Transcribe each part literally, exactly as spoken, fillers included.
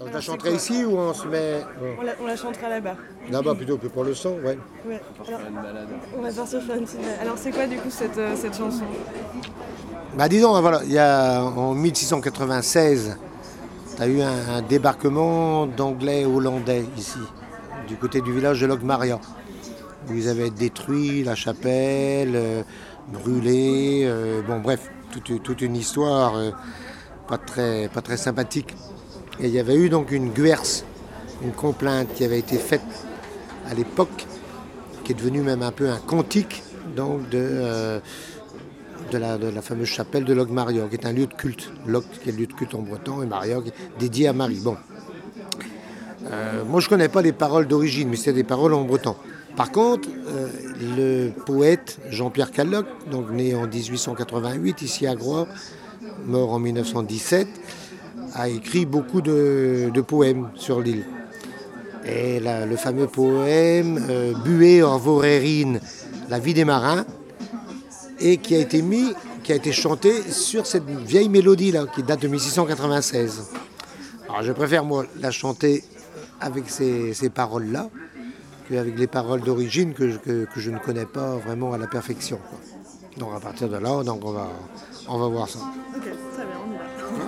Donc je la chanterai ici ou on se met... On la, on la chantera là-bas. Là-bas plutôt que pour le son, ouais. Ouais. Alors, on va partir faire une petite balade. Alors c'est quoi du coup cette, euh, cette chanson? Bah disons, voilà, il y a en mille six cent quatre-vingt-seize, tu as eu un, un débarquement d'Anglais hollandais ici, du côté du village de Locmaria, où ils avaient détruit la chapelle, euh, brûlé, euh, bon bref, toute, toute une histoire euh, pas très, pas très sympathique. Et il y avait eu donc une guerse, une complainte qui avait été faite à l'époque, qui est devenue même un peu un cantique donc de, euh, de, la, de la fameuse chapelle de Locmaria, qui est un lieu de culte. Loc, qui est le lieu de culte en breton, et Maria, qui est dédié à Marie. Bon. Euh, moi, je ne connais pas les paroles d'origine, mais c'était des paroles en breton. Par contre, euh, le poète Jean-Pierre Calloc, donc né en dix-huit cent quatre-vingt-huit, ici à Groix, mort en mille neuf cent dix-sept, a écrit beaucoup de, de poèmes sur l'île. Et la, le fameux poème euh, Buée or vorérine, la vie des marins, et qui a été mis, qui a été chanté sur cette vieille mélodie là, qui date de mille six cent quatre-vingt-seize. Alors je préfère moi la chanter avec ces, ces paroles-là qu'avec les paroles d'origine que, que, que je ne connais pas vraiment à la perfection, quoi. Donc à partir de là, donc on va, on va voir ça. Ok, très bien, on y va.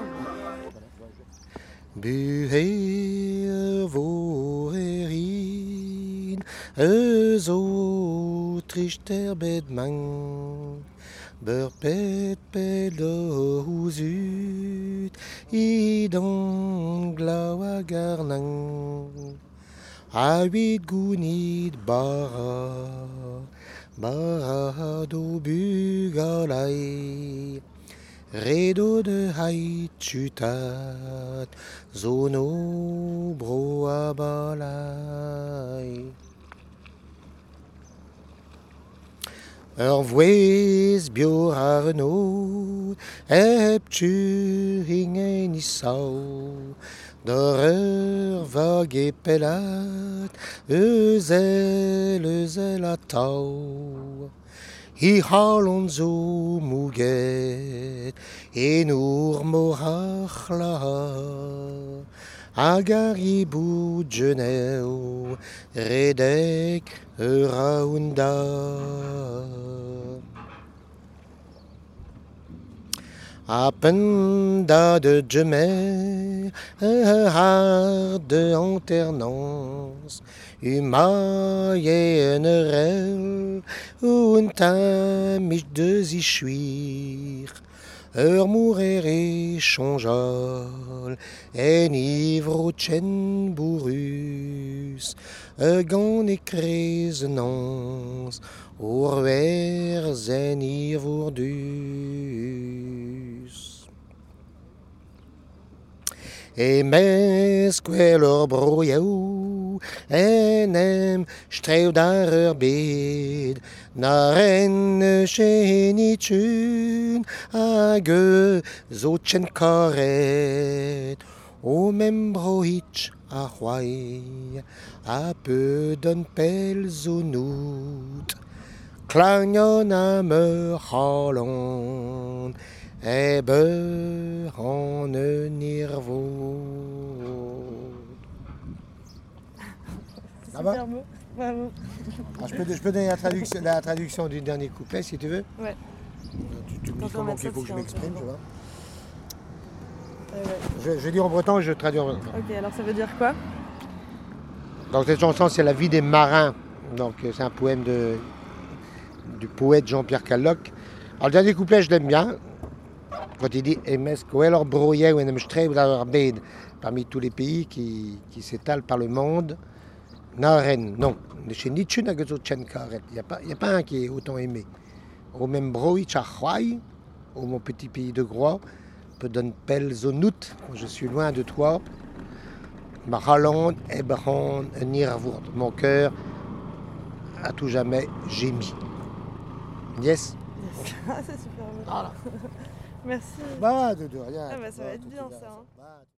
Buée vorérine, zo trichter bedman, burpet pedohuzut, idong glawa garnang, awit gunid bara, bara do bugalai. Redo de haït chutat, zono broa balai. Ur vouez bio arno, eb tu hingen isao, d'or ur vag e pelat, ezel, ezel a tau. Hi halon zo mouget, en ur morach laha, agar i bout geneo, redek ur aounda. Apen da de djemer, har de alternance, umaie en rel, un tamich de zichuir, ur mourere chonjal, en ivro chen bourus, e gant e krezenans, ur verz en ivordus. E mes gwell ur broioù, en em strev dar ur bed, na ren chenitun, hag e zo chen karet, o mem brohitch a c'hoai, a peu d'un pel zo nout, klagnon am ur c'halon, e beur an un irvo. Super beau, bravo. Alors, je, peux, je peux donner la traduction, la traduction du dernier couplet si tu veux. Ouais. Tu, tu me dis Quand on comment met il ça, faut que je c'est m'exprime, un tu vois. Euh, ouais. Je, je dis en breton et je traduis en breton. Ok, alors ça veut dire quoi? Donc cette chanson, c'est La vie des marins. Donc c'est un poème de, du poète Jean-Pierre Calloc. Alors le dernier couplet, je l'aime bien. Quand il dit Emes Coelor Broye ou Enem Streib Bed, parmi tous les pays qui, qui s'étalent par le monde, Naren, non. Chez Nietzsche, il n'y a pas un qui est autant aimé. Au même Broï, Tchahouaï, au mon petit pays de Groix, peut donner Pel Zonut, quand je suis loin de toi. Mahaland, Ebran, Nirvour. Mon cœur, à tout jamais, gémit. Yes. Ah, c'est super beau. Voilà. Merci. Bah, de, de rien. Ah bah ça Bah, va être tout bien est ça. Hein. Bah,